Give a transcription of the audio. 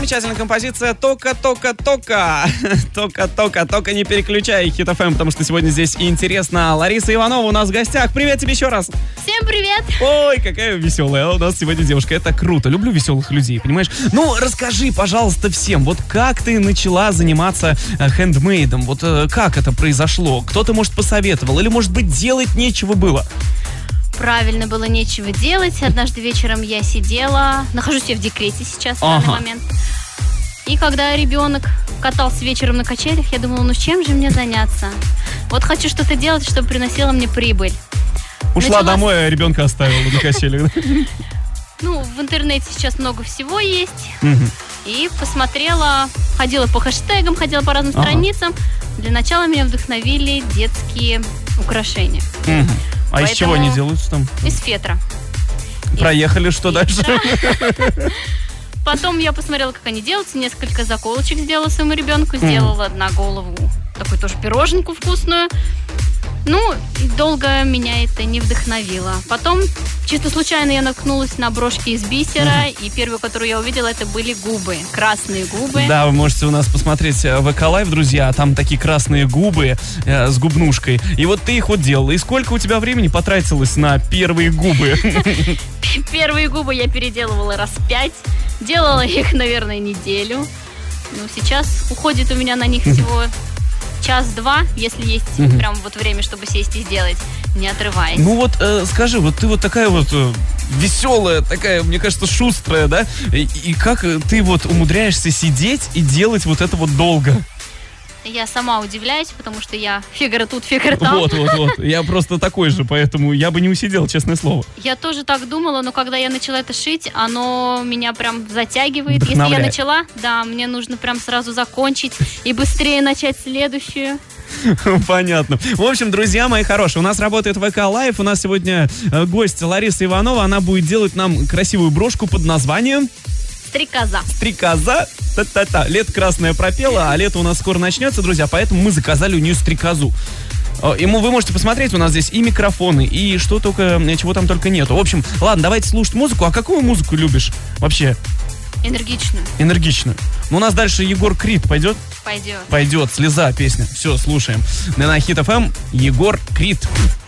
Замечательная композиция «Тока-тока-тока». Тока-тока-тока, не переключай Хит ФМ, потому что сегодня здесь интересно. Лариса Иванова у нас в гостях. Привет тебе еще раз. Всем привет. Ой, какая веселая у нас сегодня девушка. Это круто. Люблю веселых людей, понимаешь? Ну, расскажи, пожалуйста, всем, вот как ты начала заниматься хендмейдом? Вот как это произошло? Кто-то, может, посоветовал? Или, может быть, делать нечего было? Правильно, было нечего делать. Однажды вечером я сидела, нахожусь я в декрете сейчас в данный момент. И когда ребенок катался вечером на качелях, я думала, ну чем же мне заняться? Вот хочу что-то делать, чтобы приносило мне прибыль. Ушла домой, а ребенка оставила на качелях. Ну, в интернете сейчас много всего есть. И посмотрела, ходила по хэштегам, ходила по разным страницам. Для начала меня вдохновили детские украшения. А из чего они делаются там? Из фетра. Проехали, что дальше? Потом я посмотрела, как они делаются. Несколько заколочек сделала своему ребенку. Сделала на голову такую тоже пироженку вкусную. Ну, долго меня это не вдохновило. Потом, чисто случайно, я наткнулась на брошки из бисера. И первую, которую я увидела, это были губы. Красные губы. Да, вы можете у нас посмотреть ВК Лайв, друзья. Там такие красные губы с губнушкой. И вот ты их вот делала. И сколько у тебя времени потратилось на первые губы? Первые губы я переделывала раз 5. Делала их, наверное, неделю. Ну, сейчас уходит у меня на них всего час-два, если есть прям вот время, чтобы сесть и сделать, не отрываясь. Ну вот скажи, вот ты вот такая вот веселая, такая, мне кажется, шустрая, да? И как ты вот умудряешься сидеть и делать вот это вот долго? Я сама удивляюсь, потому что я фигура тут, фигура там. Вот. Я просто такой же, поэтому я бы не усидел, честное слово. Я тоже так думала, но когда я начала это шить, оно меня прям затягивает. Если я начала, да, мне нужно прям сразу закончить и быстрее начать следующую. Понятно. В общем, друзья мои хорошие, у нас работает ВК Лайв. У нас сегодня гость Лариса Иванова. Она будет делать нам красивую брошку под названием... Стрекоза. Стрекоза. Та-та-та. Лето красное пропело, а лето у нас скоро начнется, друзья, поэтому мы заказали у нее стрекозу. И вы можете посмотреть, у нас здесь и микрофоны, и что только, чего там только нету. В общем, ладно, давайте слушать музыку. А какую музыку любишь вообще? Энергичную. Энергичную. Ну, у нас дальше Егор Крид пойдет? Пойдет. Пойдет. «Слеза» песня. Все, слушаем. На Хит ФМ Егор Крид.